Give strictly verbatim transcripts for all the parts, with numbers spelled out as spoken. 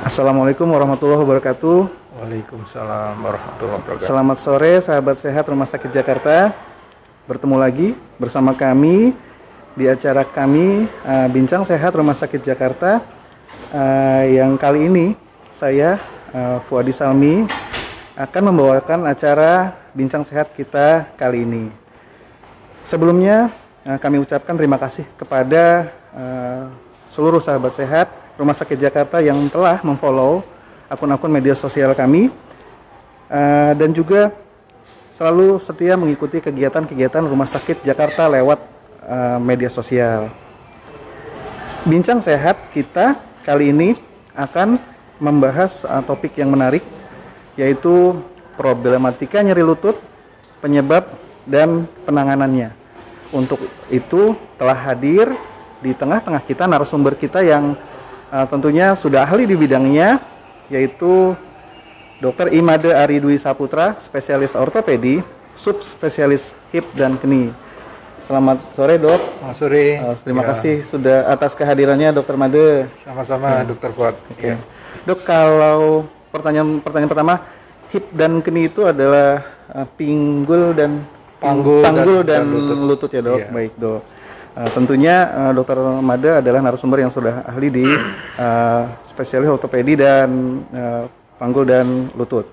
Assalamualaikum warahmatullahi wabarakatuh. Waalaikumsalam warahmatullahi wabarakatuh. Selamat sore sahabat sehat Rumah Sakit Jakarta. Bertemu lagi bersama kami di acara kami uh, Bincang Sehat Rumah Sakit Jakarta. Uh, yang kali ini saya uh, Fuadi Salmi akan membawakan acara Bincang Sehat kita kali ini. Sebelumnya uh, kami ucapkan terima kasih kepada uh, seluruh sahabat sehat Rumah Sakit Jakarta yang telah memfollow akun-akun media sosial kami uh, dan juga selalu setia mengikuti kegiatan-kegiatan Rumah Sakit Jakarta lewat uh, media sosial. Bincang Sehat kita kali ini akan membahas uh, topik yang menarik, yaitu problematika nyeri lutut, penyebab dan penanganannya. Untuk itu telah hadir di tengah-tengah kita narasumber kita yang uh, tentunya sudah ahli di bidangnya, yaitu Dokter Imade Ari Dwi Saputra, spesialis ortopedi, subspesialis hip dan knie. Selamat sore, Dok. Selamat sore. Uh, terima ya. kasih sudah atas kehadirannya, Dokter Made. Sama-sama, ya. Dokter Fuad. Oke. Ya. Dok, kalau pertanyaan pertanyaan pertama, hip dan knie itu adalah uh, pinggul dan panggul, panggul dan, dan, dan lutut. lutut ya, Dok. Ya. Baik, Dok. Uh, tentunya uh, Dokter Made adalah narasumber yang sudah ahli di uh, spesialis ortopedi dan uh, panggul dan lutut.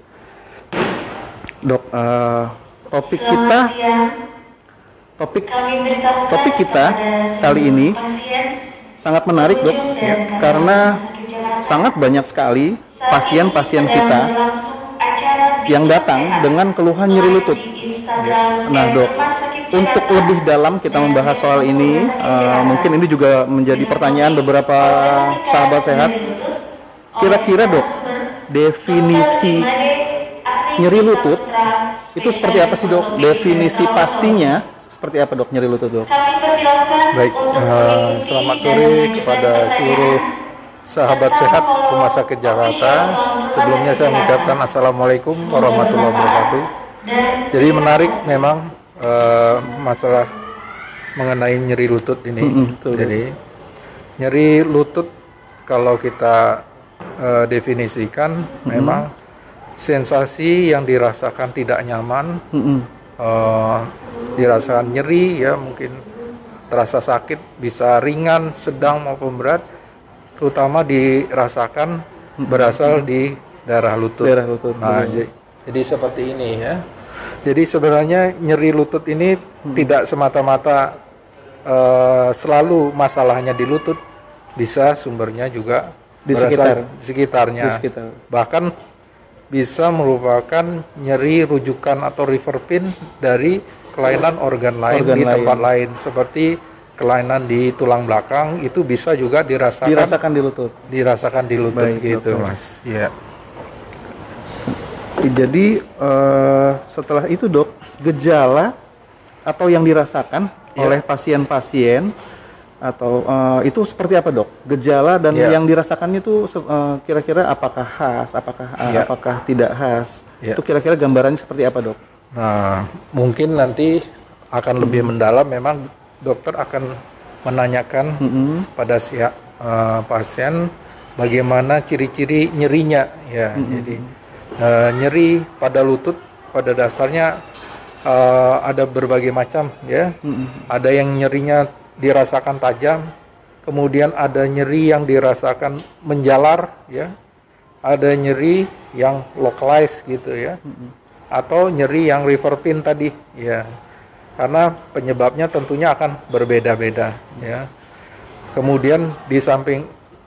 Dok, uh, topik kita topik topik kita kali ini sangat menarik, Dok, ya, karena sangat banyak sekali pasien-pasien kita yang datang dengan keluhan nyeri lutut. Ya. Nah, Dok, untuk lebih dalam kita membahas soal ini, uh, mungkin ini juga menjadi pertanyaan beberapa sahabat sehat. Kira-kira, Dok, definisi nyeri lutut itu seperti apa sih, Dok? Definisi pastinya seperti apa, Dok, nyeri lutut, Dok? Baik, uh, selamat sore kepada seluruh sahabat sehat Rumah Sakit Jakarta. Sebelumnya saya mengucapkan Assalamualaikum warahmatullahi wabarakatuh. Jadi menarik memang uh, masalah mengenai nyeri lutut ini. Mm-hmm, Jadi nyeri lutut kalau kita uh, definisikan, mm-hmm, memang sensasi yang dirasakan tidak nyaman, mm-hmm, uh, dirasakan nyeri, ya mungkin terasa sakit, bisa ringan, sedang maupun berat, terutama dirasakan berasal di daerah lutut. Daerah lutut. Nah, jadi, jadi seperti ini ya. Jadi sebenarnya nyeri lutut ini hmm. tidak semata-mata uh, selalu masalahnya di lutut, bisa sumbernya juga di sekitar di sekitarnya. Di sekitar. Bahkan bisa merupakan nyeri rujukan atau refer pin dari kelainan organ lain organ di lain. tempat lain, seperti kelainan di tulang belakang, itu bisa juga dirasakan dirasakan di lutut. Dirasakan di lutut. Baik, gitu, dokter. Mas. Ya. Jadi uh, setelah itu, Dok, gejala atau yang dirasakan ya. oleh pasien-pasien atau uh, itu seperti apa, Dok? Gejala dan ya. yang dirasakannya itu uh, kira-kira apakah khas, apakah uh, ya. apakah tidak khas? Ya. Itu kira-kira gambarannya seperti apa, Dok? Nah, mungkin nanti akan hmm. lebih mendalam. Memang dokter akan menanyakan mm-hmm. pada si uh, pasien bagaimana ciri-ciri nyerinya, ya. Mm-hmm. Jadi uh, nyeri pada lutut pada dasarnya uh, ada berbagai macam, ya. Mm-hmm. Ada yang nyerinya dirasakan tajam, kemudian ada nyeri yang dirasakan menjalar, ya. Ada nyeri yang localized gitu, ya. Mm-hmm. Atau nyeri yang refer pin tadi, ya. Karena penyebabnya tentunya akan berbeda-beda, ya. Kemudian di samping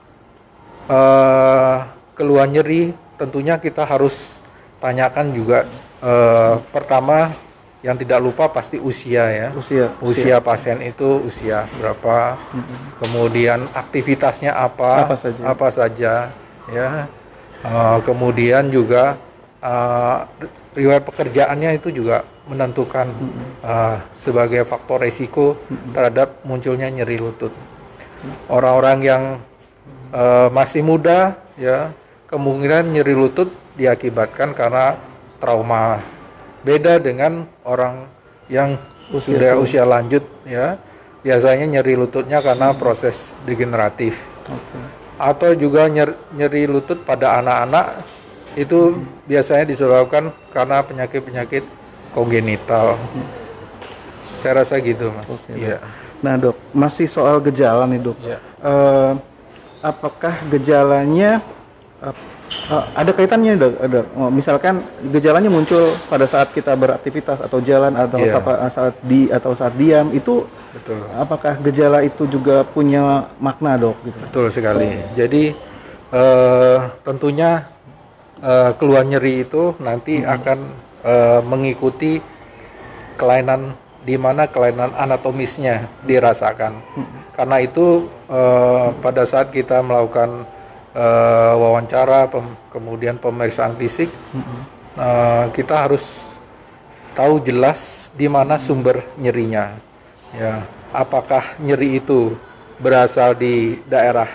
uh, keluhan nyeri, tentunya kita harus tanyakan juga uh, pertama yang tidak lupa pasti usia, ya. Usia, usia, usia pasien itu usia berapa, mm-hmm. kemudian aktivitasnya apa, apa saja, apa saja, ya. Uh, kemudian juga uh, riwayat pekerjaannya itu juga menentukan mm-hmm. uh, sebagai faktor resiko mm-hmm. terhadap munculnya nyeri lutut. Orang-orang yang uh, masih muda, ya, kemungkinan nyeri lutut diakibatkan karena trauma. Beda dengan orang yang usia sudah itu. usia lanjut, ya, biasanya nyeri lututnya karena proses degeneratif. Okay. atau juga nyer, nyeri lutut pada anak-anak itu hmm. biasanya disebabkan karena penyakit-penyakit kongenital. Hmm. Saya rasa gitu, Mas. Oke, ya. Nah, Dok, masih soal gejala nih, Dok. Ya. Uh, apakah gejalanya uh, uh, ada kaitannya, Dok? Dok? Misalkan gejalanya muncul pada saat kita beraktivitas atau jalan atau ya. saat, saat di atau saat diam itu. Betul. Apakah gejala itu juga punya makna, Dok? Gitu? Betul sekali. Jadi uh, tentunya uh, keluhan nyeri itu nanti hmm. akan uh, mengikuti kelainan di mana kelainan anatomisnya dirasakan. Hmm. Karena itu uh, pada saat kita melakukan uh, wawancara, pem kemudian pemeriksaan fisik, hmm. uh, kita harus tahu jelas di mana sumber nyerinya. Ya, apakah nyeri itu berasal di daerah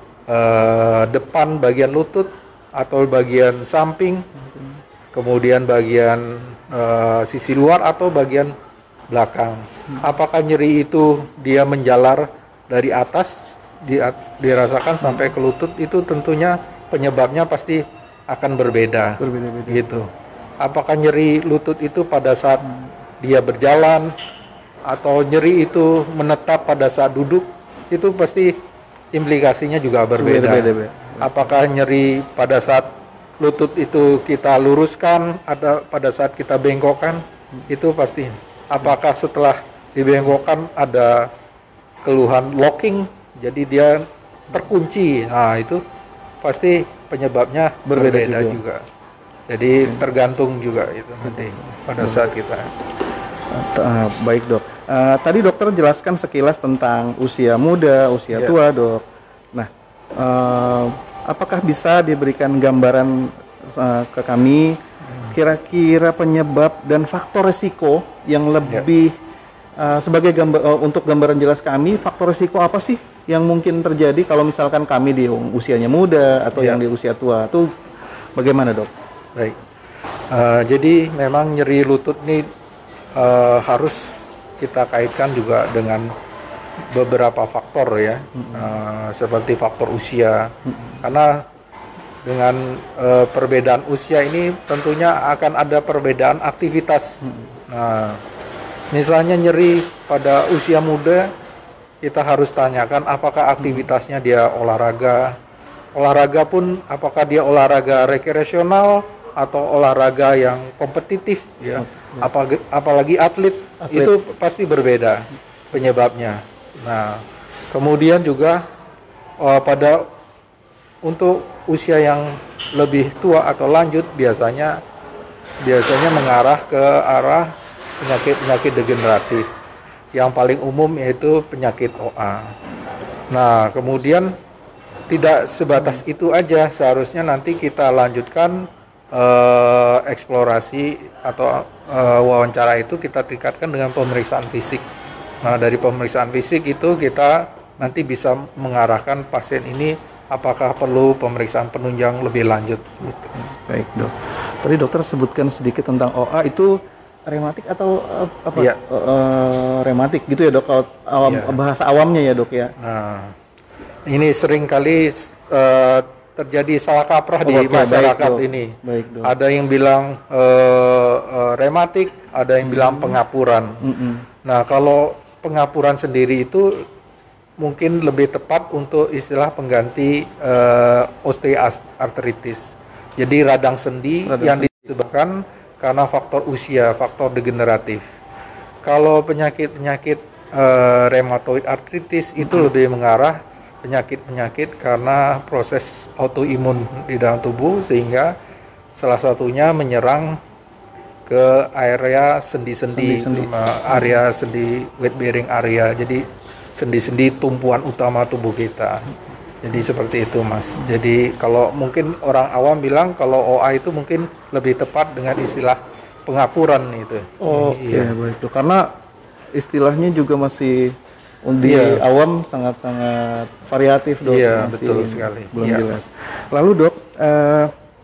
uh, depan bagian lutut atau bagian samping, kemudian bagian uh, sisi luar atau bagian belakang? Apakah nyeri itu dia menjalar dari atas di, dirasakan sampai ke lutut? Itu tentunya penyebabnya pasti akan berbeda. Berbeda-beda. Gitu. Apakah nyeri lutut itu pada saat dia berjalan atau nyeri itu menetap pada saat duduk, itu pasti implikasinya juga berbeda. Beda, beda. Apakah nyeri pada saat lutut itu kita luruskan atau pada saat kita bengkokkan, itu pasti. Apakah setelah dibengkokkan ada keluhan locking, jadi dia terkunci, nah itu pasti penyebabnya berbeda, berbeda juga. juga. Jadi tergantung juga itu nanti pada saat kita. Uh, baik, Dok. Uh, tadi dokter jelaskan sekilas tentang usia muda, usia yeah. tua, Dok. Nah, uh, apakah bisa diberikan gambaran uh, ke kami kira-kira penyebab dan faktor risiko yang lebih yeah. uh, sebagai gambar uh, untuk gambaran jelas kami, faktor risiko apa sih yang mungkin terjadi kalau misalkan kami di usianya muda atau yeah. yang di usia tua? Itu bagaimana, Dok? Baik. Uh, jadi memang nyeri lutut ini Uh, harus kita kaitkan juga dengan beberapa faktor ya, mm-hmm. uh, seperti faktor usia, mm-hmm. karena dengan uh, perbedaan usia ini tentunya akan ada perbedaan aktivitas. Mm-hmm. Nah, misalnya nyeri pada usia muda, kita harus tanyakan apakah aktivitasnya dia olahraga, olahraga pun apakah dia olahraga rekreasional atau olahraga yang kompetitif ya. Mm-hmm. Apa, apalagi atlet, atlet itu pasti berbeda penyebabnya. Nah, kemudian juga uh, pada untuk usia yang lebih tua atau lanjut biasanya biasanya mengarah ke arah penyakit-penyakit degeneratif. Yang paling umum yaitu penyakit O A. Nah, kemudian tidak sebatas itu aja, seharusnya nanti kita lanjutkan Uh, eksplorasi atau uh, wawancara itu kita tingkatkan dengan pemeriksaan fisik. Nah, dari pemeriksaan fisik itu kita nanti bisa mengarahkan pasien ini apakah perlu pemeriksaan penunjang lebih lanjut. Gitu. Baik, Dok. Tadi dokter sebutkan sedikit tentang O A, itu rematik atau uh, apa? Ya. Uh, rematik gitu ya, Dok. Kalau awam, ya. bahasa awamnya ya, Dok ya. Nah, ini sering kali uh, terjadi salah kaprah oh, di okay, masyarakat baik, ini. Baik, ada yang bilang uh, uh, rematik, ada yang bilang mm-hmm. pengapuran. Mm-hmm. Nah, kalau pengapuran sendiri itu mungkin lebih tepat untuk istilah pengganti uh, osteoartritis. Jadi radang sendi radang yang sendi. disebabkan karena faktor usia, faktor degeneratif. Kalau penyakit-penyakit uh, rheumatoid arthritis mm-hmm. itu lebih mengarah penyakit-penyakit karena proses autoimun di dalam tubuh, sehingga salah satunya menyerang ke area sendi-sendi, area sendi weight bearing area, jadi sendi-sendi tumpuan utama tubuh kita. Jadi seperti itu, Mas. Jadi kalau mungkin orang awam bilang kalau O A itu mungkin lebih tepat dengan istilah pengapuran itu. Oh, oke, okay, iya. baik. Karena istilahnya juga masih di yeah. awam sangat-sangat variatif, Dok. Iya, masih betul sekali. Belum yeah. jelas. Lalu, Dok, uh,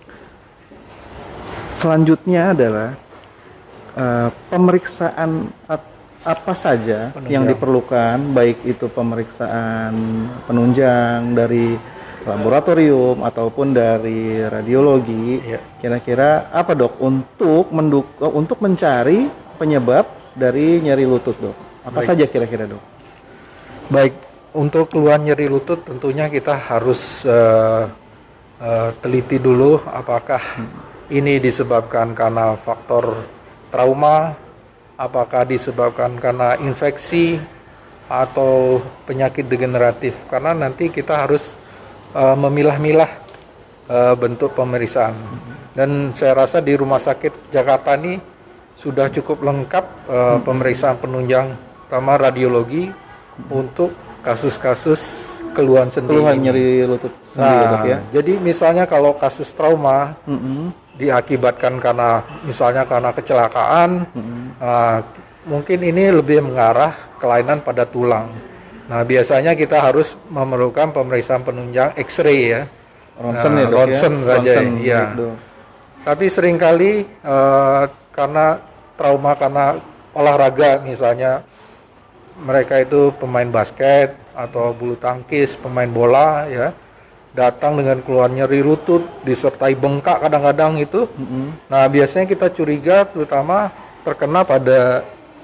selanjutnya adalah uh, pemeriksaan apa saja penunjang yang diperlukan, baik itu pemeriksaan penunjang dari laboratorium ataupun dari radiologi, Iya. kira-kira apa dok untuk menduk untuk mencari penyebab dari nyeri lutut dok? Apa Baik. saja kira-kira dok? Baik, untuk keluhan nyeri lutut tentunya kita harus uh, uh, teliti dulu apakah ini disebabkan karena faktor trauma, apakah disebabkan karena infeksi atau penyakit degeneratif. Karena nanti kita harus uh, memilah-milah uh, bentuk pemeriksaan. Dan saya rasa di Rumah Sakit Jakarta ini sudah cukup lengkap uh, pemeriksaan penunjang pertama radiologi untuk kasus-kasus keluhan sendi Keluhan ini. nyeri lutut sendi Nah, dok ya? jadi misalnya kalau kasus trauma Mm-mm. diakibatkan karena misalnya karena kecelakaan, Mm-mm. uh, mungkin ini lebih mengarah kelainan pada tulang. Nah, biasanya kita harus memerlukan pemeriksaan penunjang X-ray ya. Ronsen Nah, ya dok ronsen ya? saja, Ronsen, iya. baik, dok. Tapi seringkali eh, karena trauma karena olahraga misalnya mereka itu pemain basket atau bulu tangkis, pemain bola ya, datang dengan keluhan nyeri lutut disertai bengkak kadang-kadang itu. Mm-mm. Nah, biasanya kita curiga terutama terkena pada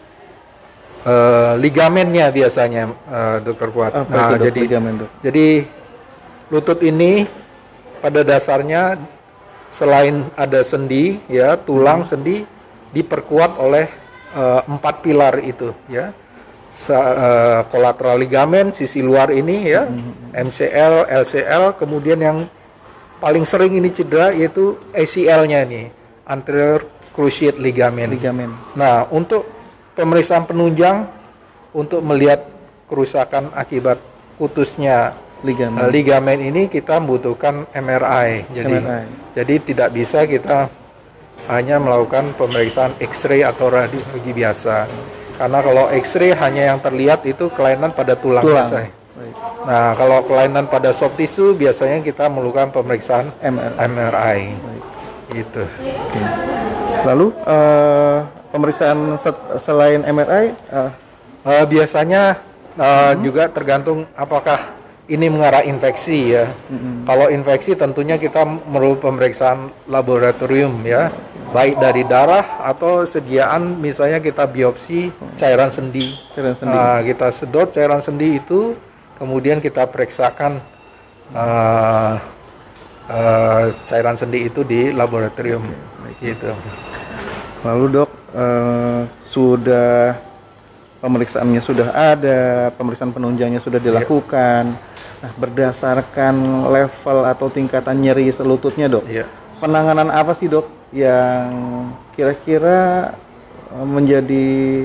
eh, ligamennya biasanya, eh, Dokter Fuad. Apa Nah, itu dok? jadi Ligamen, dok? jadi lutut ini pada dasarnya selain ada sendi ya, tulang sendi diperkuat oleh eh, empat pilar itu ya. Sa, eh, collateral ligamen sisi luar ini ya, M C L, L C L, kemudian yang paling sering ini cedera yaitu A C L-nya nih, anterior cruciate ligament. Ligamen. Nah, untuk pemeriksaan penunjang untuk melihat kerusakan akibat putusnya Ligamen. uh, ligamen ini kita membutuhkan M R I. Jadi M R I. jadi tidak bisa kita hanya melakukan pemeriksaan X-ray atau radiologi biasa. Karena kalau X-ray hanya yang terlihat itu kelainan pada tulang, Tulang. biasanya. Baik. Nah, kalau kelainan pada soft tissue biasanya kita memerlukan pemeriksaan M R I. M R I. Baik. Gitu. Oke. Lalu eh, pemeriksaan set- selain M R I eh, Eh, biasanya eh, juga tergantung apakah ini mengarah infeksi ya. Kalau infeksi tentunya kita perlu pemeriksaan laboratorium ya, baik dari darah atau sediaan misalnya kita biopsi cairan sendi. cairan sendi. Nah, kita sedot cairan sendi itu, kemudian kita periksakan eh, eh, cairan sendi itu di laboratorium. Gitu. Lalu dok eh, sudah pemeriksaannya sudah ada, pemeriksaan penunjangnya sudah dilakukan. Nah, berdasarkan level atau tingkatan nyeri selututnya dok, Iya. penanganan apa sih dok yang kira-kira eh, menjadi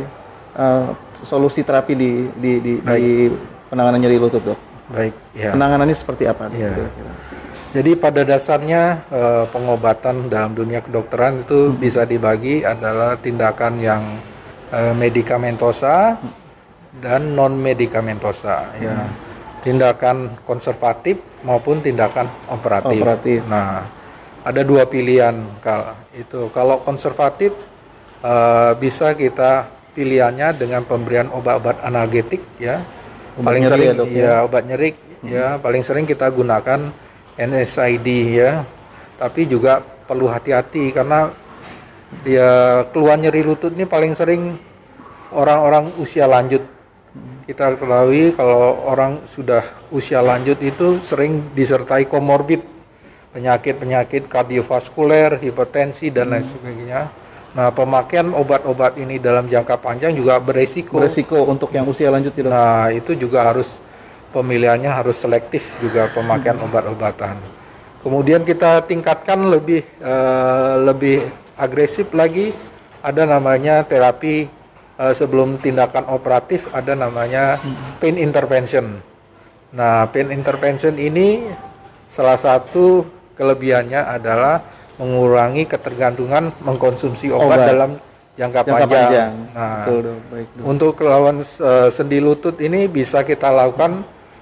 eh, solusi terapi di di di, di penanganan nyeri lutut dok? Baik. Ya. Penanganannya seperti apa? Dok, Iya. kira-kira? Jadi pada dasarnya eh, pengobatan dalam dunia kedokteran itu bisa dibagi adalah tindakan yang eh, medikamentosa dan non medikamentosa ya. Tindakan konservatif maupun tindakan operatif. Operatif. Nah, ada dua pilihan kalau itu. Kalau konservatif eh, bisa kita pilihannya dengan pemberian obat-obat analgetik ya. Obat paling nyeri sering ya, dok, ya? ya obat nyeri ya, paling sering kita gunakan N S A I D ya. Tapi juga perlu hati-hati karena ya keluhan nyeri lutut ini paling sering orang-orang usia lanjut. Kita ketahui kalau orang sudah usia lanjut itu sering disertai komorbid, penyakit-penyakit kardiovaskuler, hipertensi dan lain sebagainya. Nah, pemakaian obat-obat ini dalam jangka panjang juga beresiko. Beresiko untuk yang usia lanjut tidak? Nah, itu juga harus pemilihannya harus selektif juga pemakaian obat-obatan. Kemudian kita tingkatkan lebih eh, lebih agresif lagi, ada namanya terapi eh, sebelum tindakan operatif, ada namanya pain intervention. Nah, pain intervention ini salah satu kelebihannya adalah mengurangi ketergantungan mengkonsumsi obat, Obat. dalam jangka, Jangka panjang. panjang. Nah, Betul, dok. Baik, dok. untuk lawan uh, sendi lutut ini bisa kita lakukan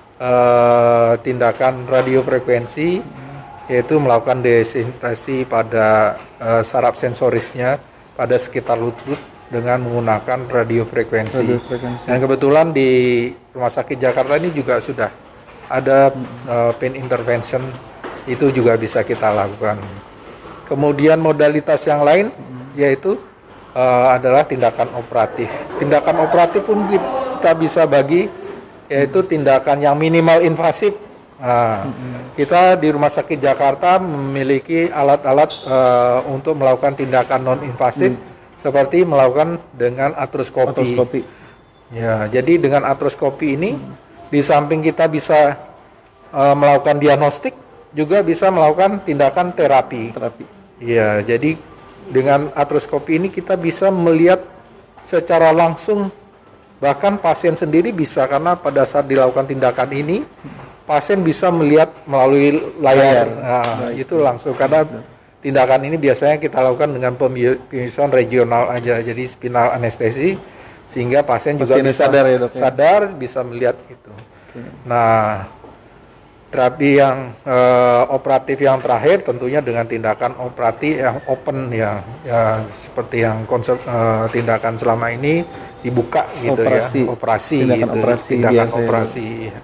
uh, tindakan radiofrekuensi, yaitu melakukan desinfeksi pada uh, saraf sensorisnya pada sekitar lutut dengan menggunakan radiofrekuensi. Radiofrekuensi. Dan kebetulan di Rumah Sakit Jakarta ini juga sudah ada uh, pain intervention, itu juga bisa kita lakukan. Kemudian modalitas yang lain yaitu uh, adalah tindakan operatif. Tindakan operatif pun kita bisa bagi, yaitu tindakan yang minimal invasif. Nah, kita di Rumah Sakit Jakarta memiliki alat-alat uh, untuk melakukan tindakan non invasif, hmm. seperti melakukan dengan artroskopi. Artroskopi. Ya, jadi dengan artroskopi ini hmm. di samping kita bisa uh, melakukan diagnostik, juga bisa melakukan tindakan terapi. Terapi. Ya, jadi dengan artroskopi ini kita bisa melihat secara langsung, bahkan pasien sendiri bisa, karena pada saat dilakukan tindakan ini pasien bisa melihat melalui layar. Nah, itu langsung, karena tindakan ini biasanya kita lakukan dengan pembiusan regional aja, jadi spinal anestesi, sehingga pasien, pasien juga bisa sadar, ya, dok, ya? sadar bisa melihat itu. Oke. Nah, terapi yang uh, operatif yang terakhir tentunya dengan tindakan operatif yang open, ya, ya seperti yang konsep uh, tindakan selama ini dibuka gitu, operasi. ya, operasi, tindakan gitu, operasi, tindakan biasa, operasi. Ya.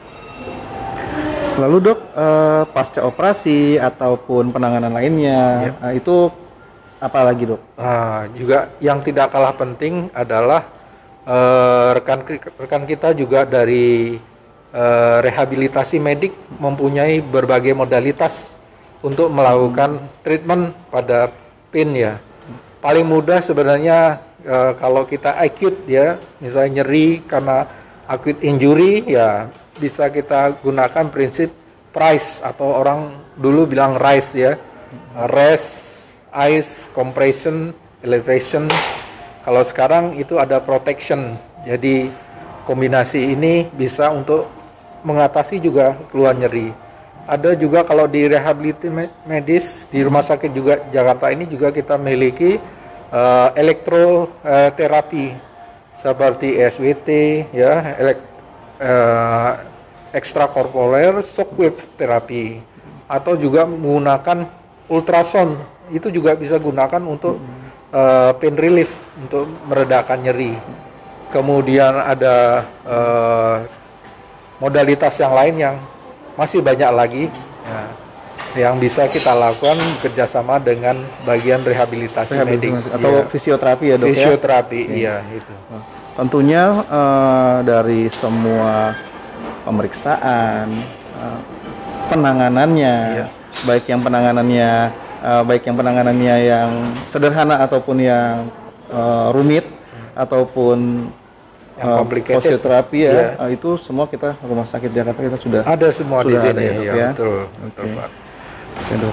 Lalu dok, eh, pasca operasi ataupun penanganan lainnya, ya. eh, itu apa lagi dok? Nah, juga yang tidak kalah penting adalah eh, rekan rekan kita juga dari eh, rehabilitasi medik mempunyai berbagai modalitas untuk melakukan hmm. treatment pada pain, ya. Paling mudah sebenarnya eh, kalau kita acute, ya, misalnya nyeri karena acute injury, ya, bisa kita gunakan prinsip price, atau orang dulu bilang RICE, ya, rest, ice, compression, elevation. Kalau sekarang itu ada protection, jadi kombinasi ini bisa untuk mengatasi juga keluhan nyeri. Ada juga kalau di rehabilitasi medis di Rumah Sakit juga Jakarta ini juga kita memiliki uh, elektroterapi seperti S W T, ya, elek Uh, extracorporeal shockwave terapi, atau juga menggunakan ultrasound, itu juga bisa gunakan untuk uh, pain relief, untuk meredakan nyeri. Kemudian ada uh, modalitas yang lain yang masih banyak lagi, ya, yang bisa kita lakukan kerjasama dengan bagian rehabilitasi, rehabilitasi medik atau ya. fisioterapi, ya dok, fisioterapi, ya? iya itu. Tentunya uh, dari semua pemeriksaan, uh, penanganannya, iya. baik yang penanganannya, uh, baik yang penanganannya yang sederhana ataupun yang uh, rumit, hmm. ataupun uh, fisioterapi, ya, iya. uh, itu semua kita Rumah Sakit Jakarta kita sudah ada semua sudah di sini, ada, ya, dok, ya, ya? Betul, betul, okay. Pak. Oke, dok.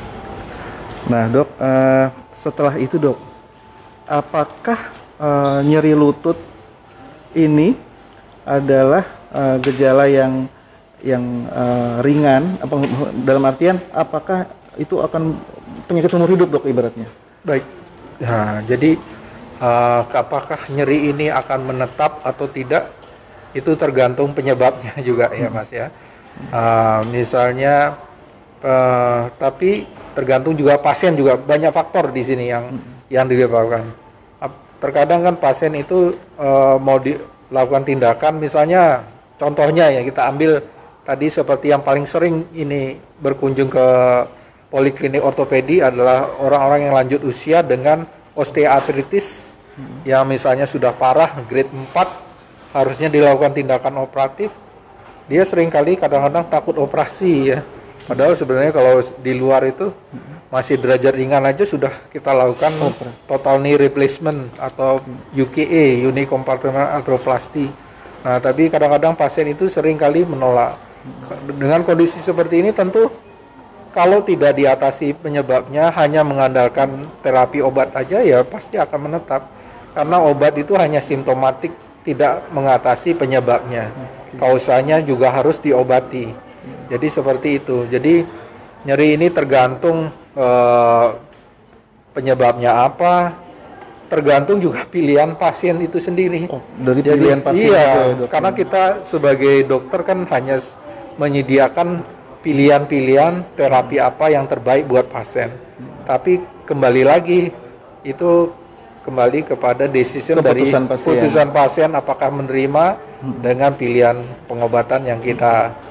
Nah, dok, uh, setelah itu, dok, apakah uh, nyeri lutut ini adalah uh, gejala yang yang uh, ringan, apa, dalam artian apakah itu akan penyakit seumur hidup, dok, ibaratnya? Baik. Nah, jadi uh, apakah nyeri ini akan menetap atau tidak, itu tergantung penyebabnya juga, ya, Mas, ya. Uh, misalnya, uh, tapi tergantung juga pasien, juga banyak faktor di sini yang hmm. yang dilakukan. Terkadang kan pasien itu uh, mau dilakukan tindakan, misalnya contohnya, ya, kita ambil tadi seperti yang paling sering ini berkunjung ke poliklinik ortopedi adalah orang-orang yang lanjut usia dengan osteoartritis, hmm. yang misalnya sudah parah, grade empat, harusnya dilakukan tindakan operatif. Dia seringkali kadang-kadang takut operasi, ya. Padahal sebenarnya kalau di luar itu masih derajat ringan aja sudah kita lakukan oh, total knee replacement atau U K A, unicompartmental arthroplasty. Nah, tapi kadang-kadang pasien itu seringkali menolak. Dengan kondisi seperti ini tentu kalau tidak diatasi penyebabnya, hanya mengandalkan terapi obat aja, ya pasti akan menetap. Karena obat itu hanya simptomatik, tidak mengatasi penyebabnya. Kausanya juga harus diobati. Jadi seperti itu. Jadi nyeri ini tergantung Uh, penyebabnya apa, tergantung juga pilihan pasien itu sendiri. Oh, dari pilihan Jadi, pasien iya, itu, ya, karena kita sebagai dokter kan hanya menyediakan pilihan-pilihan terapi apa yang terbaik buat pasien. Hmm. Tapi kembali lagi itu kembali kepada decision dari pasien. putusan pasien apakah menerima hmm. dengan pilihan pengobatan yang kita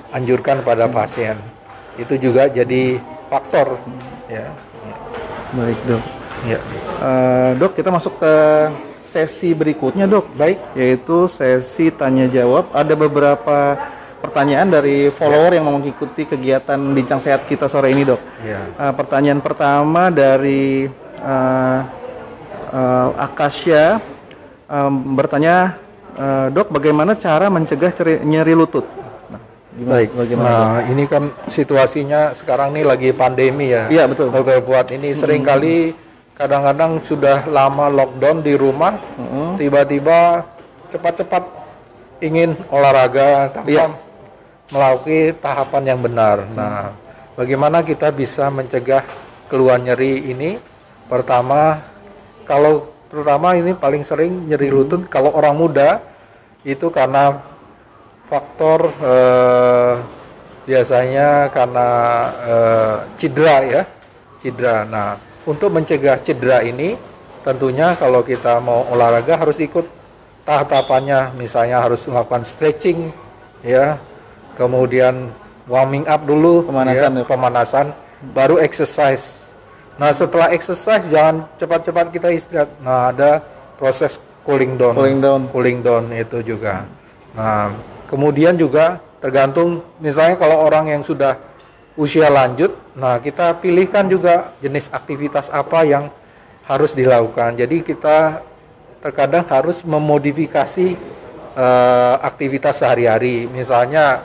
anjurkan pada pasien. Itu juga jadi faktor ya. Baik dok. Ya. Uh, dok, kita masuk ke sesi berikutnya dok. Baik. Yaitu sesi tanya jawab. Ada beberapa pertanyaan dari follower ya, yang mau mengikuti kegiatan bincang sehat kita sore ini dok. Ya. Uh, pertanyaan pertama dari uh, uh, Akasya um, bertanya, uh, dok, bagaimana cara mencegah ceri- nyeri lutut? Gimana, Baik. bagaimana, nah, dok? Ini kan situasinya sekarang nih lagi pandemi ya. Iya betul. Dokter Fuad, ini sering kali kadang-kadang sudah lama lockdown di rumah, Mm-hmm. tiba-tiba cepat-cepat ingin olahraga tanpa Iya. melalui tahapan yang benar. Nah, bagaimana kita bisa mencegah keluhan nyeri ini? Pertama, kalau terutama ini paling sering nyeri lutut kalau orang muda itu karena faktor eh, biasanya karena eh, cedera ya, cedera. Nah, untuk mencegah cedera ini, tentunya kalau kita mau olahraga harus ikut tahap-tahapannya. Misalnya harus melakukan stretching, ya, kemudian warming up dulu, Pemanasan, ya, ya. pemanasan, baru exercise. Nah, setelah exercise jangan cepat-cepat kita istirahat. Nah, ada proses cooling down. Cooling down. Cooling down itu juga. Nah, kemudian juga tergantung, misalnya kalau orang yang sudah usia lanjut, nah kita pilihkan juga jenis aktivitas apa yang harus dilakukan. Jadi kita terkadang harus memodifikasi uh, aktivitas sehari-hari. Misalnya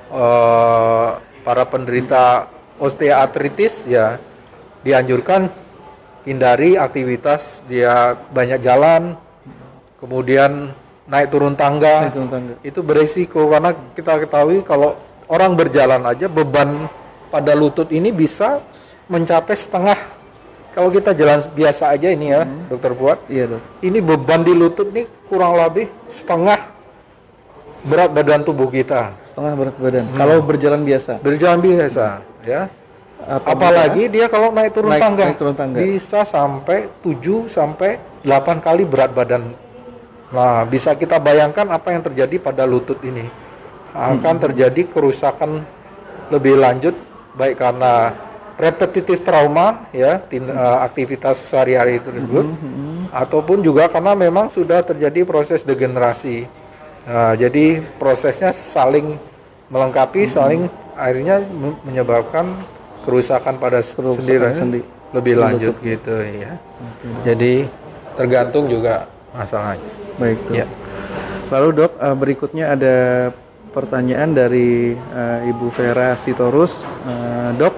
uh, para penderita osteoartritis ya dianjurkan hindari aktivitas dia banyak jalan, kemudian naik turun tangga. Naik turun tangga. Itu beresiko karena kita ketahui kalau orang berjalan aja beban pada lutut ini bisa mencapai setengah. Kalau kita jalan biasa aja ini ya, hmm. Dokter Fuad. Iya dok. Ini beban di lutut nih kurang lebih setengah berat badan tubuh kita. Setengah berat badan. Hmm. Kalau berjalan biasa. Berjalan biasa, ya. Apabila Apalagi dia kalau naik turun naik, tangga, naik turun tangga bisa sampai tujuh sampai delapan kali berat badan. Nah, bisa kita bayangkan apa yang terjadi pada lutut ini. Akan hmm. terjadi kerusakan lebih lanjut, baik karena repetitif trauma ya, tin, uh, aktivitas sehari-hari tersebut, hmm. ataupun juga karena memang sudah terjadi proses degenerasi. Nah, jadi prosesnya saling melengkapi, hmm. saling akhirnya menyebabkan kerusakan pada kerusakan sendiri sendi. lebih lanjut Betul. gitu ya. Okay. Jadi tergantung juga masalahnya. Baik dok. Ya. Lalu dok, uh, berikutnya ada pertanyaan dari uh, Ibu Vera Sitorus. Uh, dok,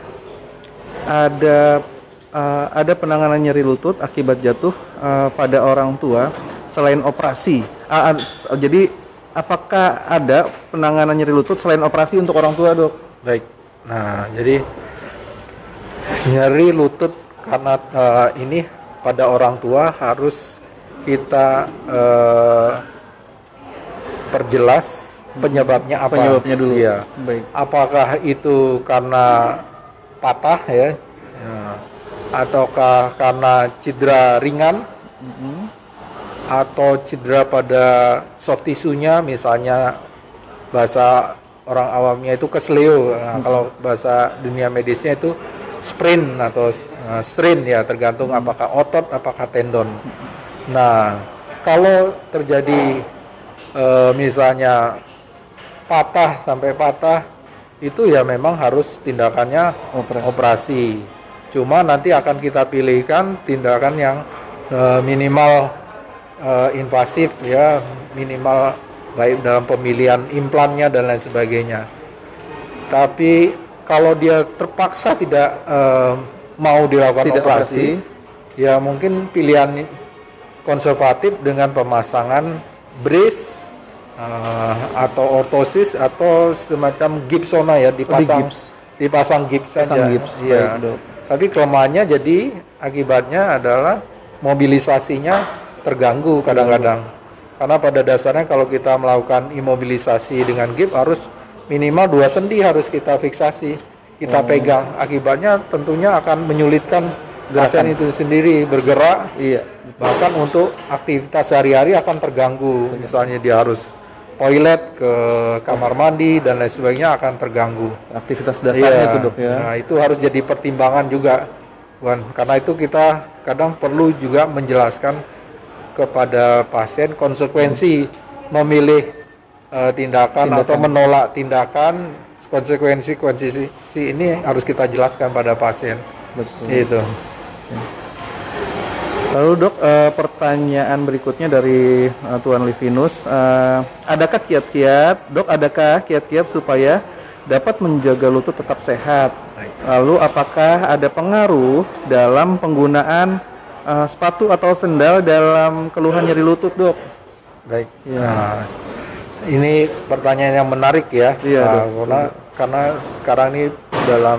ada uh, ada penanganan nyeri lutut akibat jatuh uh, pada orang tua selain operasi. Uh, uh, jadi apakah ada penanganan nyeri lutut selain operasi untuk orang tua dok? Baik. Nah, jadi nyeri lutut karena uh, ini pada orang tua harus kita uh, perjelas penyebabnya apa. Penyebabnya dulu. Iya. Baik. Apakah itu karena patah ya, ya. ataukah karena cedera ringan, mm-hmm. atau cedera pada soft tisunya, misalnya bahasa orang awamnya itu kesleo. Nah, kalau bahasa dunia medisnya itu sprain atau uh, strain ya, tergantung hmm. apakah otot, apakah tendon. Nah, kalau terjadi uh, misalnya patah sampai patah, itu ya memang harus tindakannya operasi. operasi. Cuma nanti akan kita pilihkan tindakan yang uh, minimal uh, invasif ya, minimal baik dalam pemilihan implannya dan lain sebagainya. Tapi kalau dia terpaksa tidak uh, mau dilakukan tidak operasi, operasi, ya mungkin pilihan konservatif dengan pemasangan brace uh, atau ortosis atau semacam gipsona ya, dipasang gips. dipasang gips saja. Gips. Ya. Tapi kelemahannya jadi akibatnya adalah mobilisasinya terganggu kadang-kadang. Karena pada dasarnya kalau kita melakukan imobilisasi dengan gips harus minimal dua sendi harus kita fiksasi, kita oh. pegang. Akibatnya tentunya akan menyulitkan pasien itu sendiri bergerak. Iya. Bahkan untuk aktivitas sehari-hari akan terganggu. Misalnya dia harus toilet, ke kamar mandi dan lain sebagainya akan terganggu. Aktivitas dasarnya Iya. itu dok ya. Nah itu harus jadi pertimbangan juga, Buan. Karena itu kita kadang perlu juga menjelaskan kepada pasien konsekuensi memilih uh, tindakan, Tindakan. atau menolak tindakan. Konsekuensi-konsekuensi ini harus kita jelaskan pada pasien. Betul. Itu. Lalu dok, eh, pertanyaan berikutnya dari eh, Tuan Livinus, eh, adakah kiat-kiat, dok, adakah kiat-kiat supaya dapat menjaga lutut tetap sehat? Baik. Lalu apakah ada pengaruh dalam penggunaan eh, sepatu atau sendal dalam keluhan nyeri lutut, dok? Baik. Ya. Nah, ini pertanyaan yang menarik ya. Iya, Nah, dok. karena karena sekarang ini dalam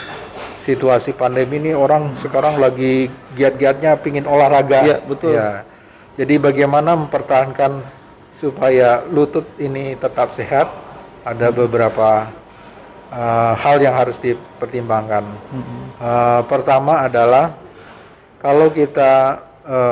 situasi pandemi ini orang sekarang lagi giat-giatnya pingin olahraga. Iya, betul. Ya. Jadi bagaimana mempertahankan supaya lutut ini tetap sehat? Ada beberapa uh, hal yang harus dipertimbangkan. Mm-hmm. Uh, pertama adalah kalau kita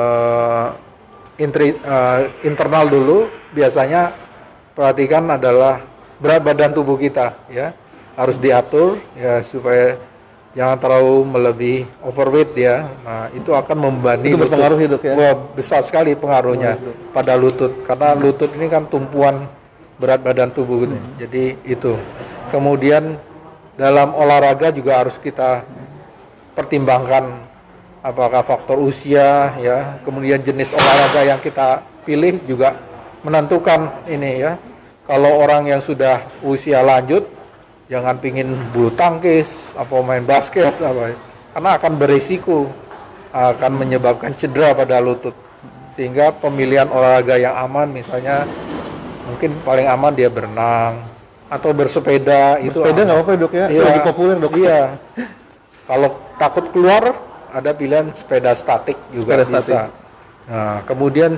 uh, intri, uh, internal dulu, biasanya perhatikan adalah berat badan tubuh kita, ya harus diatur ya supaya jangan terlalu melebihi overweight ya. Nah itu akan membebani Itu berpengaruh ya, dok ya? Wah, besar sekali pengaruhnya Oh, pada lutut, karena lutut ini kan tumpuan berat badan tubuh gitu. Jadi itu. Kemudian dalam olahraga juga harus kita pertimbangkan apakah faktor usia ya, kemudian jenis olahraga yang kita pilih juga menentukan ini ya. Kalau orang yang sudah usia lanjut, jangan pingin bulu tangkis, apa main basket, apa, karena akan berisiko, akan menyebabkan cedera pada lutut. Sehingga pemilihan olahraga yang aman, misalnya mungkin paling aman dia berenang atau bersepeda. Itu Bersepeda nggak apa-apa dok ya? Itu lagi populer dok. Iya. Kalau takut keluar, ada pilihan sepeda statik juga Sepeda bisa. statik. Nah, kemudian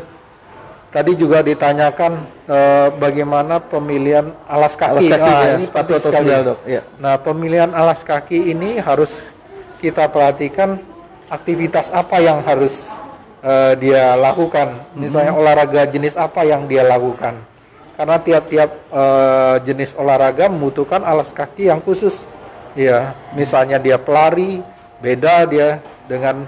tadi juga ditanyakan eh, bagaimana pemilihan alas kaki. Alas kaki Nah, ya, ini sepatu penting atau sekali. sendal dok. Iya. Nah, pemilihan alas kaki ini harus kita perhatikan aktivitas apa yang harus eh, dia lakukan. Misalnya olahraga jenis apa yang dia lakukan. Karena tiap-tiap eh, jenis olahraga membutuhkan alas kaki yang khusus. Ya, misalnya dia pelari, beda dia dengan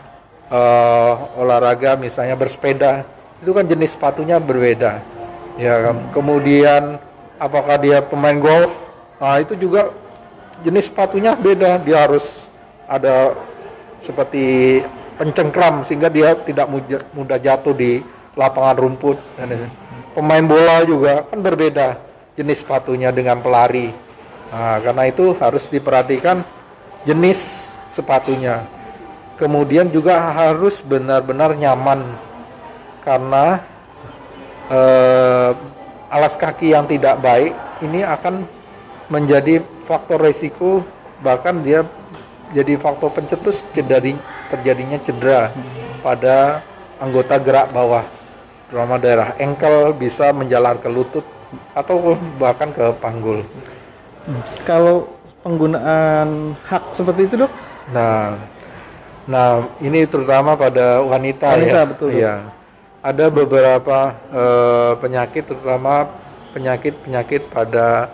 eh, olahraga misalnya bersepeda. Itu kan jenis sepatunya berbeda. Ya, kemudian apakah dia pemain golf? Nah, itu juga jenis sepatunya beda. Dia harus ada seperti pencengkram sehingga dia tidak mudah, mudah jatuh di lapangan rumput. Dan pemain bola juga kan berbeda jenis sepatunya dengan pelari. Nah, karena itu harus diperhatikan jenis sepatunya. Kemudian juga harus benar-benar nyaman. Karena eh, alas kaki yang tidak baik ini akan menjadi faktor resiko, bahkan dia jadi faktor pencetus terjadi, terjadinya cedera pada anggota gerak bawah, terutama daerah ankle, bisa menjalar ke lutut atau bahkan ke panggul. Kalau penggunaan hak seperti itu dok? Nah, nah ini terutama pada wanita, Wanita, ya. betul, dok. Iya. Ada beberapa eh, penyakit, terutama penyakit-penyakit pada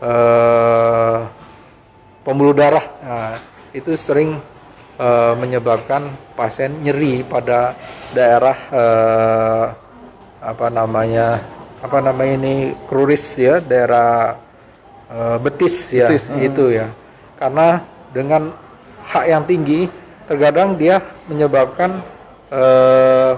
eh, pembuluh darah. Nah, itu sering eh, menyebabkan pasien nyeri pada daerah eh, apa namanya apa namanya ini kruris ya, daerah eh, betis ya, Betis, itu ya. Karena dengan hak yang tinggi, terkadang dia menyebabkan eh,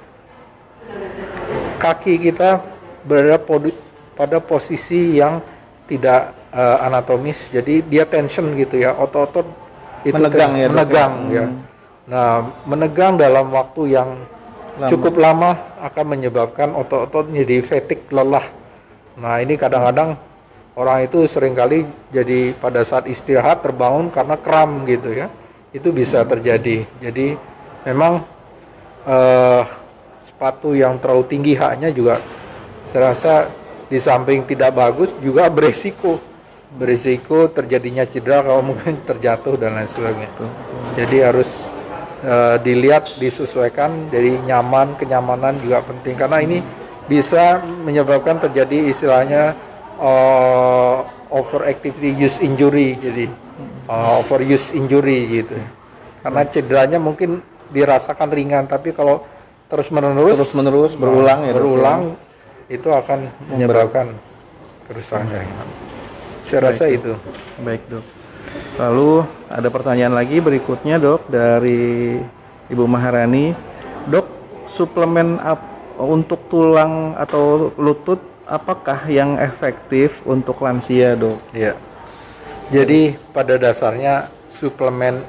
kaki kita berada pada posisi yang tidak uh, anatomis, jadi dia tension gitu ya, otot-otot itu Menegang ten- ya, dok, menegang ya. ya. Hmm. Nah, menegang dalam waktu yang Lama. cukup lama akan menyebabkan otot-otot jadi fatigue, lelah. Nah, ini kadang-kadang orang itu seringkali jadi pada saat istirahat terbangun karena kram gitu ya. Itu bisa terjadi. Jadi memang uh, sepatu yang terlalu tinggi haknya juga saya rasa di samping tidak bagus juga beresiko beresiko terjadinya cedera kalau mungkin terjatuh dan lain sebagainya. Jadi harus uh, dilihat, disesuaikan. Jadi nyaman, kenyamanan juga penting karena ini bisa menyebabkan terjadi istilahnya uh, overactivity use injury, jadi uh, overuse injury gitu. Karena cederanya mungkin dirasakan ringan, tapi kalau terus menerus terus menerus berulang ya berulang dok, itu akan menyebabkan kerusakan jaringan. Saya rasa Baik, itu. Baik dok. Lalu ada pertanyaan lagi berikutnya dok dari Ibu Maharani. Dok, suplemen ap, untuk tulang atau lutut apakah yang efektif untuk lansia dok? Iya. Jadi pada dasarnya suplemen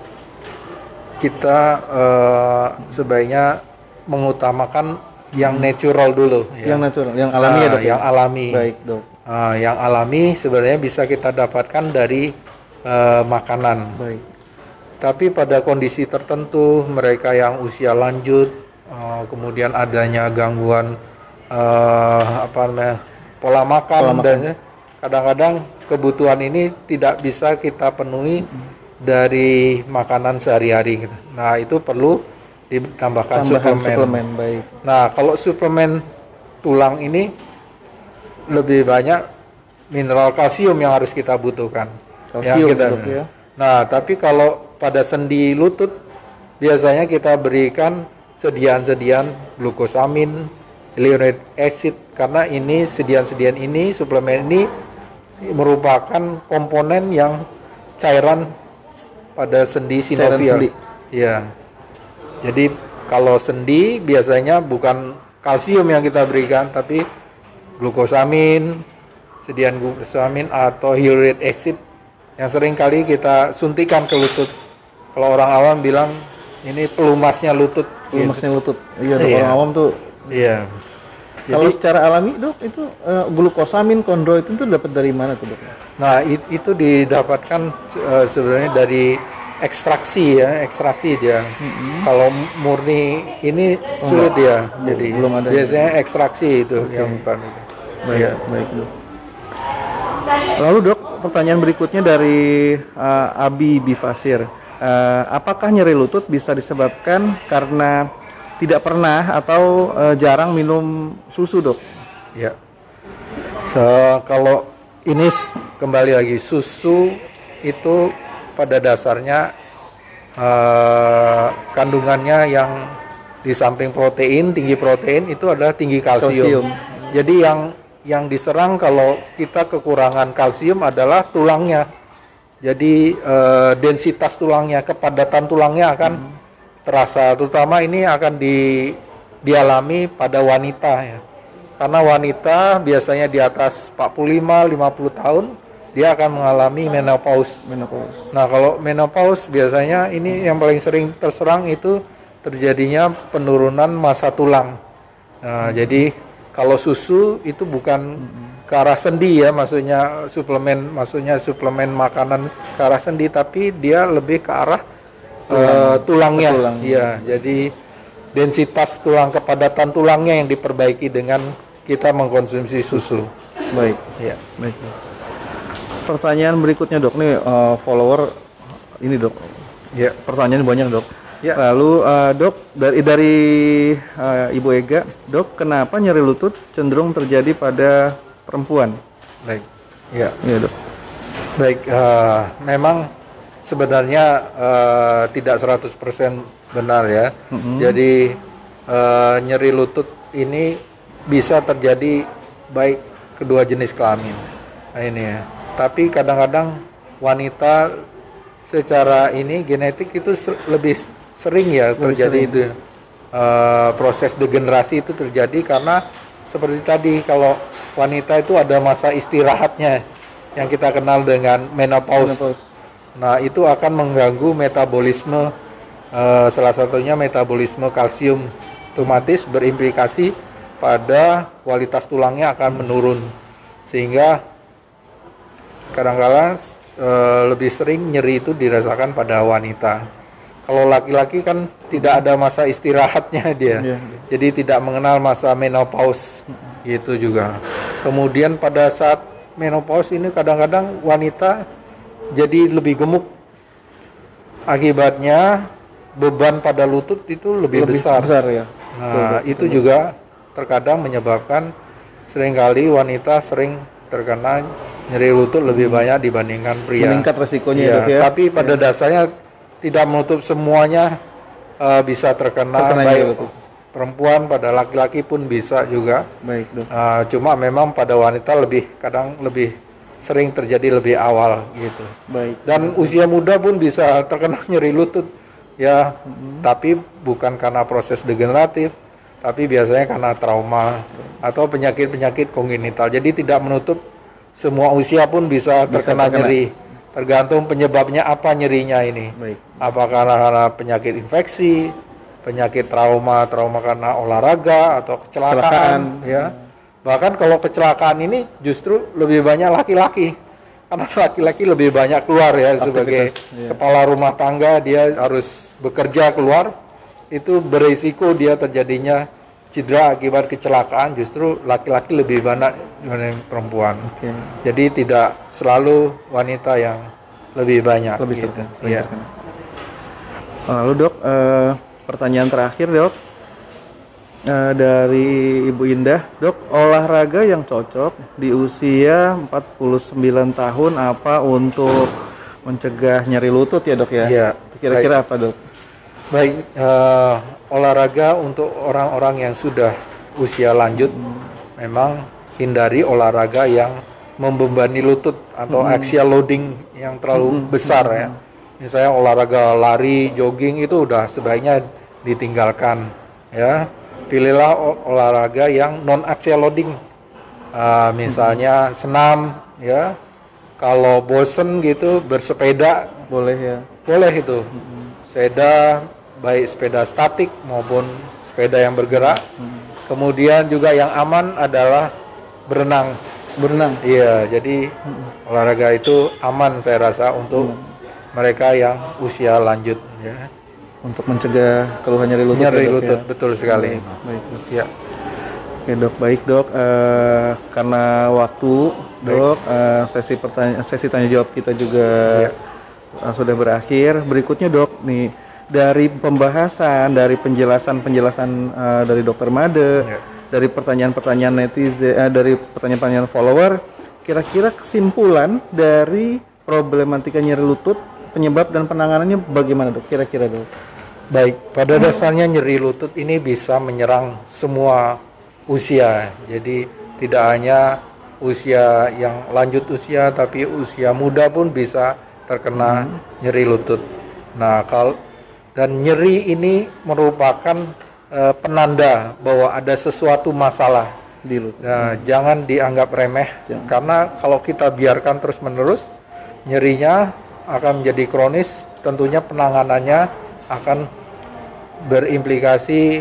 kita eh, sebaiknya mengutamakan yang natural dulu. Ya. Yang natural, yang alami nah, ya dok? Yang alami. Baik dok. Nah, yang alami sebenarnya bisa kita dapatkan dari eh, makanan. Baik. Tapi pada kondisi tertentu, mereka yang usia lanjut, eh, kemudian adanya gangguan eh, apa namanya pola makan, Pola makan. dan kadang-kadang kebutuhan ini tidak bisa kita penuhi dari makanan sehari-hari. Nah, itu perlu ditambahkan Tambahan suplemen. suplemen. Baik. Nah, kalau suplemen tulang ini lebih banyak mineral kalsium yang harus kita butuhkan. Kalsium yang kita, dok, ya. Nah, tapi kalau pada sendi lutut biasanya kita berikan sediaan-sediaan glukosamin, hyaluronic acid, karena ini sediaan-sediaan ini, suplemen ini merupakan komponen yang cairan pada sendi Cairan sinovial. sendi. Ya. Jadi kalau sendi biasanya bukan kalsium yang kita berikan, tapi glukosamin, sediaan glukosamin atau hyaluronic acid yang sering kali kita suntikan ke lutut. Kalau orang awam bilang ini pelumasnya lutut. Pelumasnya gitu. lutut. Iya dok, Iya. orang awam tuh. Iya. Kalau Jadi, secara alami dok itu uh, glukosamin, kondroitin itu dapat dari mana tuh dok? nah it, itu didapatkan uh, sebenarnya dari ekstraksi ya, ekstraksi dia. Mm-hmm. Kalau murni ini Oh, sulit enggak. ya. Belum- Jadi belum ada. biasanya ekstraksi itu Oke. yang bukan itu. Baik, Iya. baik dok. Lalu dok, pertanyaan berikutnya dari uh, Abi Bifasir. Uh, apakah nyeri lutut bisa disebabkan karena tidak pernah atau uh, jarang minum susu dok? Ya. So, kalau ini s- kembali lagi susu itu pada dasarnya uh, kandungannya yang di samping protein, tinggi protein itu adalah tinggi kalsium. Kalsium. Jadi yang yang diserang kalau kita kekurangan kalsium adalah tulangnya. Jadi uh, densitas tulangnya, kepadatan tulangnya akan hmm. terasa, terutama ini akan di, dialami pada wanita ya. Karena wanita biasanya di atas empat puluh lima sampai lima puluh tahun dia akan mengalami menopause. Menopause. Nah, kalau menopause biasanya ini yang paling sering terserang itu terjadinya penurunan massa tulang. Nah, hmm. jadi kalau susu itu bukan hmm. ke arah sendi ya, maksudnya suplemen, maksudnya suplemen makanan ke arah sendi, tapi dia lebih ke arah tulang. uh, tulangnya. Tulang. Iya, jadi densitas tulang, kepadatan tulangnya yang diperbaiki dengan kita mengkonsumsi susu. Baik. Ya. Baik. Pertanyaan berikutnya dok, nih uh, follower ini dok. Ya. Pertanyaan banyak dok. Ya. Lalu uh, dok dari dari uh, Ibu Ega, dok kenapa nyeri lutut cenderung terjadi pada perempuan? Baik. Ya. Iya dok. Baik. Uh, memang sebenarnya uh, tidak seratus persen benar ya. Mm-hmm. Jadi uh, nyeri lutut ini bisa terjadi baik kedua jenis kelamin. Nah, ini ya. Tapi kadang-kadang wanita secara ini genetik itu ser- lebih sering ya terjadi itu. Uh, proses degenerasi itu terjadi karena seperti tadi kalau wanita itu ada masa istirahatnya yang kita kenal dengan menopause. menopause. Nah, itu akan mengganggu metabolisme, uh, salah satunya metabolisme kalsium, otomatis berimplikasi pada kualitas tulangnya akan menurun, sehingga kadang-kadang uh, lebih sering nyeri itu dirasakan pada wanita. Kalau laki-laki kan tidak ada masa istirahatnya dia, yeah. jadi tidak mengenal masa menopause, gitu juga. Kemudian pada saat menopause ini kadang-kadang wanita jadi lebih gemuk. Akibatnya beban pada lutut itu lebih, lebih besar. besar ya. Nah, betul, betul, itu betul. juga terkadang menyebabkan seringkali wanita sering terkena nyeri lutut lebih banyak dibandingkan pria. Meningkat resikonya ya, dok ya. Tapi pada ya. dasarnya tidak menutup semuanya uh, bisa terkena, terkena baik perempuan, pada laki-laki pun bisa juga. Baik dok. Uh, cuma memang pada wanita lebih kadang lebih sering terjadi lebih awal gitu. Baik. Dan dok. Usia muda pun bisa terkena nyeri lutut ya, hmm. tapi bukan karena proses degeneratif, tapi biasanya karena trauma atau penyakit-penyakit kongenital. Jadi tidak menutup semua usia pun bisa terkena, bisa terkena. nyeri. Tergantung penyebabnya apa nyerinya ini. Baik. Apakah karena penyakit infeksi, penyakit trauma, trauma karena olahraga atau kecelakaan, kecelakaan. ya. Bahkan kalau kecelakaan ini justru lebih banyak laki-laki. Karena laki-laki lebih banyak keluar ya. Aktivitas, sebagai iya. kepala rumah tangga, dia harus bekerja keluar, itu berisiko dia terjadinya cedera akibat kecelakaan, justru laki-laki lebih banyak dibanding perempuan. Okay. Jadi tidak selalu wanita yang lebih banyak. Lebih gitu. Ya. Lalu dok, eh, pertanyaan terakhir dok, eh, dari Ibu Indah, dok, olahraga yang cocok di usia empat puluh sembilan tahun apa untuk mencegah nyeri lutut ya dok ya? Iya. Kira-kira apa dok? Baik, uh, olahraga untuk orang-orang yang sudah usia lanjut, hmm. memang hindari olahraga yang membebani lutut atau hmm. axial loading yang terlalu hmm. besar hmm. ya. Misalnya olahraga lari, jogging itu udah sebaiknya ditinggalkan ya. Pilihlah olahraga yang non axial loading, uh, misalnya hmm. senam ya. Kalau bosen gitu bersepeda boleh ya. Boleh itu. Hmm. Sepeda baik sepeda statik maupun sepeda yang bergerak. Hmm. Kemudian juga yang aman adalah berenang. Berenang. Iya, jadi hmm. olahraga itu aman saya rasa untuk hmm. mereka yang usia lanjut ya. Untuk mencegah keluhan nyeri lutut. Nyeri ya, lutut, ya? Betul sekali. Baik, baik dok. Ya. Oke dok, baik dok. Uh, karena waktu dok, uh, sesi pertanyaan, sesi tanya jawab kita juga ya. uh, sudah berakhir. Berikutnya dok, nih dari pembahasan, dari penjelasan-penjelasan uh, dari Dokter Made, ya. dari pertanyaan-pertanyaan netizen, uh, dari pertanyaan-pertanyaan follower, kira-kira kesimpulan dari problematika nyeri lutut, penyebab dan penanganannya bagaimana dok? Kira-kira dok? Baik, pada dasarnya nyeri lutut ini bisa menyerang semua usia. Jadi tidak hanya usia yang lanjut usia, tapi usia muda pun bisa terkena hmm. nyeri lutut. Nah, kalau dan nyeri ini merupakan uh, penanda bahwa ada sesuatu masalah di lutut. Nah, hmm. jangan dianggap remeh, jangan. Karena kalau kita biarkan terus-menerus, nyerinya akan menjadi kronis. Tentunya penanganannya akan berimplikasi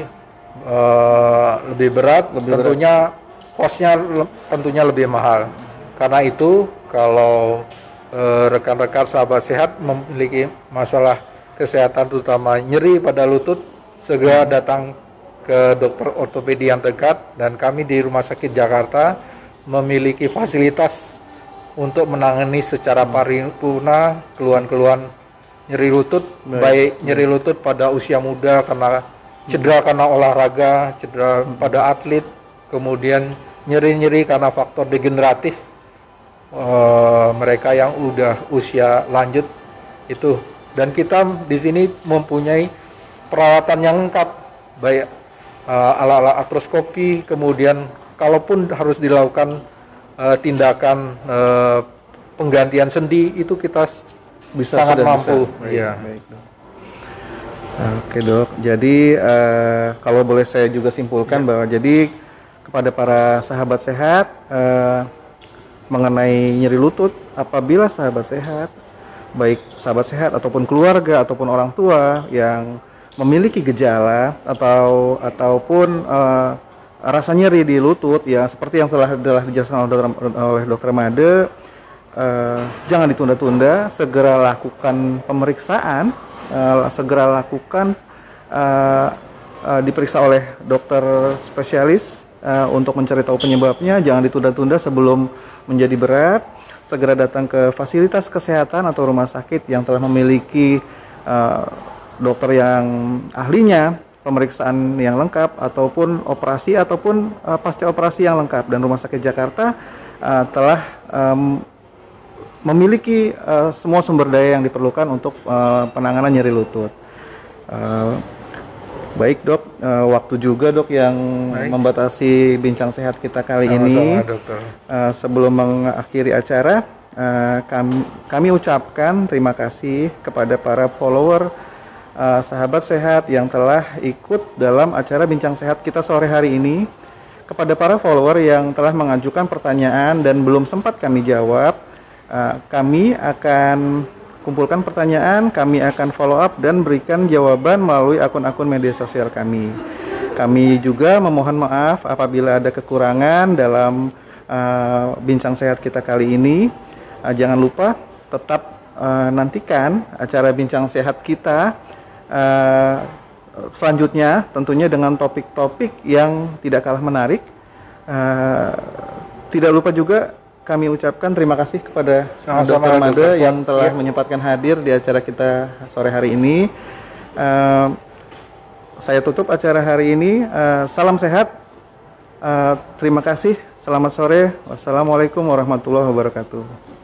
uh, lebih berat. Lebih tentunya cost-nya le- tentunya lebih mahal. Karena itu, kalau uh, rekan-rekan sahabat sehat memiliki masalah kesehatan terutama nyeri pada lutut, segera datang ke dokter ortopedi yang dekat, dan kami di Rumah Sakit Jakarta memiliki fasilitas untuk menangani secara paripurna keluhan-keluhan nyeri lutut, baik, baik nyeri lutut pada usia muda karena cedera karena olahraga, cedera hmm. pada atlet, kemudian nyeri-nyeri karena faktor degeneratif, uh, mereka yang udah usia lanjut itu. Dan kita di sini mempunyai peralatan yang lengkap, baik uh, alat-alat artroskopi, kemudian kalaupun harus dilakukan uh, tindakan uh, penggantian sendi, itu kita bisa sangat mampu. Bisa. Baik, ya. Baik, dok. Oke dok, jadi uh, kalau boleh saya juga simpulkan ya. bahwa jadi kepada para sahabat sehat uh, mengenai nyeri lutut, apabila sahabat sehat, baik sahabat sehat ataupun keluarga ataupun orang tua yang memiliki gejala atau ataupun uh, rasa nyeri di lutut ya seperti yang telah, telah dijelaskan oleh dokter, oleh dokter Made, uh, jangan ditunda-tunda, segera lakukan pemeriksaan, uh, segera lakukan uh, uh, diperiksa oleh dokter spesialis uh, untuk mencari tahu penyebabnya, jangan ditunda-tunda sebelum menjadi berat. Segera datang ke fasilitas kesehatan atau rumah sakit yang telah memiliki uh, dokter yang ahlinya pemeriksaan yang lengkap ataupun operasi ataupun uh, pasca operasi yang lengkap, dan Rumah Sakit Jakarta uh, telah um, memiliki uh, semua sumber daya yang diperlukan untuk uh, penanganan nyeri lutut. Uh, baik dok, uh, waktu juga dok yang baik. membatasi bincang sehat kita kali Sama-sama, ini. Dokter. Uh, sebelum mengakhiri acara, uh, kami, kami ucapkan terima kasih kepada para follower Uh, sahabat sehat yang telah ikut dalam acara bincang sehat kita sore hari ini. Kepada para follower yang telah mengajukan pertanyaan dan belum sempat kami jawab, uh, kami akan kumpulkan pertanyaan, kami akan follow up dan berikan jawaban melalui akun-akun media sosial kami. Kami juga memohon maaf apabila ada kekurangan dalam uh, bincang sehat kita kali ini. Uh, jangan lupa tetap uh, nantikan acara bincang sehat kita Uh, selanjutnya, tentunya dengan topik-topik yang tidak kalah menarik. Uh, tidak lupa juga kami ucapkan terima kasih kepada Dokter Made yang telah ya. menyempatkan hadir di acara kita sore hari ini. Uh, saya tutup acara hari ini. Uh, salam sehat. Uh, terima kasih. Selamat sore. Wassalamualaikum warahmatullahi wabarakatuh.